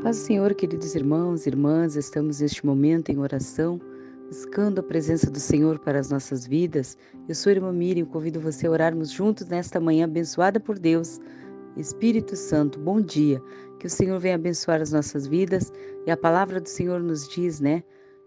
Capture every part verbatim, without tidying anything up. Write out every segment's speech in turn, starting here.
Paz do Senhor, queridos irmãos e irmãs, estamos neste momento em oração, buscando a presença do Senhor para as nossas vidas. Eu sou a irmã Miriam, convido você a orarmos juntos nesta manhã abençoada por Deus. Espírito Santo, bom dia, que o Senhor venha abençoar as nossas vidas e a palavra do Senhor nos diz, né?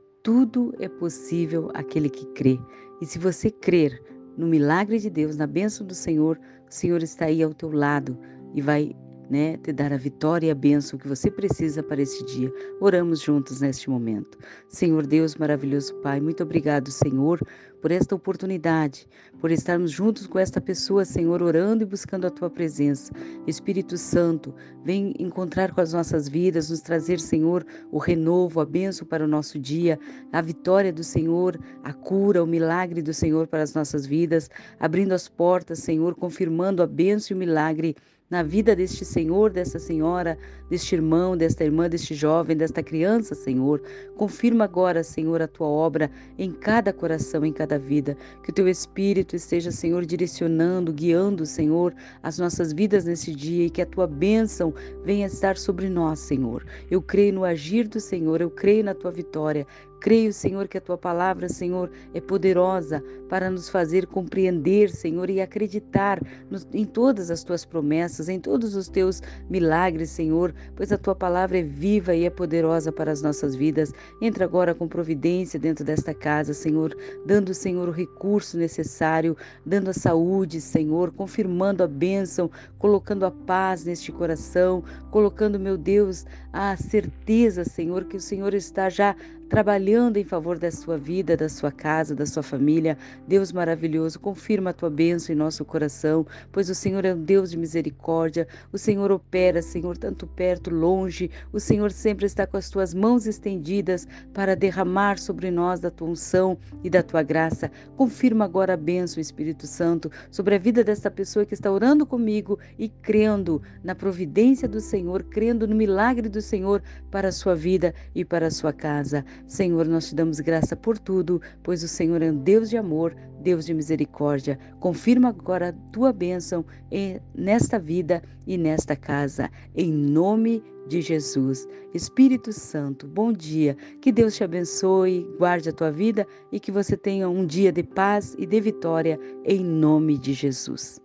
Tudo é possível àquele que crê. E se você crer no milagre de Deus, na bênção do Senhor, o Senhor está aí ao teu lado e vai, né, te dar a vitória e a bênção que você precisa para esse dia. Oramos juntos neste momento. Senhor Deus, maravilhoso Pai, muito obrigado, Senhor, por esta oportunidade, por estarmos juntos com esta pessoa, Senhor, orando e buscando a Tua presença. Espírito Santo, vem encontrar com as nossas vidas, nos trazer, Senhor, o renovo, a bênção para o nosso dia, a vitória do Senhor, a cura, o milagre do Senhor para as nossas vidas, abrindo as portas, Senhor, confirmando a bênção e o milagre na vida deste Senhor, desta senhora, deste irmão, desta irmã, deste jovem, desta criança, Senhor. Confirma agora, Senhor, a Tua obra em cada coração, em cada vida. Que o Teu Espírito esteja, Senhor, direcionando, guiando, Senhor, as nossas vidas nesse dia e que a Tua bênção venha estar sobre nós, Senhor. Eu creio no agir do Senhor, eu creio na Tua vitória. Creio, Senhor, que a Tua palavra, Senhor, é poderosa para nos fazer compreender, Senhor, e acreditar nos, em todas as Tuas promessas, em todos os Teus milagres, Senhor, pois a Tua palavra é viva e é poderosa para as nossas vidas. Entra agora com providência dentro desta casa, Senhor, dando, Senhor, o recurso necessário, dando a saúde, Senhor, confirmando a bênção, colocando a paz neste coração, colocando, meu Deus, a certeza, Senhor, que o Senhor está já trabalhando em favor da sua vida, da sua casa, da sua família. Deus maravilhoso, confirma a Tua bênção em nosso coração, pois o Senhor é um Deus de misericórdia, o Senhor opera, Senhor, tanto perto, longe, o Senhor sempre está com as Tuas mãos estendidas para derramar sobre nós da Tua unção e da Tua graça. Confirma agora a bênção, Espírito Santo, sobre a vida desta pessoa que está orando comigo e crendo na providência do Senhor, crendo no milagre do Senhor para a sua vida e para a sua casa. Senhor, nós te damos graça por tudo, pois o Senhor é um Deus de amor, Deus de misericórdia. Confirma agora a Tua bênção nesta vida e nesta casa, em nome de Jesus. Espírito Santo, bom dia. Que Deus te abençoe, guarde a tua vida e que você tenha um dia de paz e de vitória, em nome de Jesus.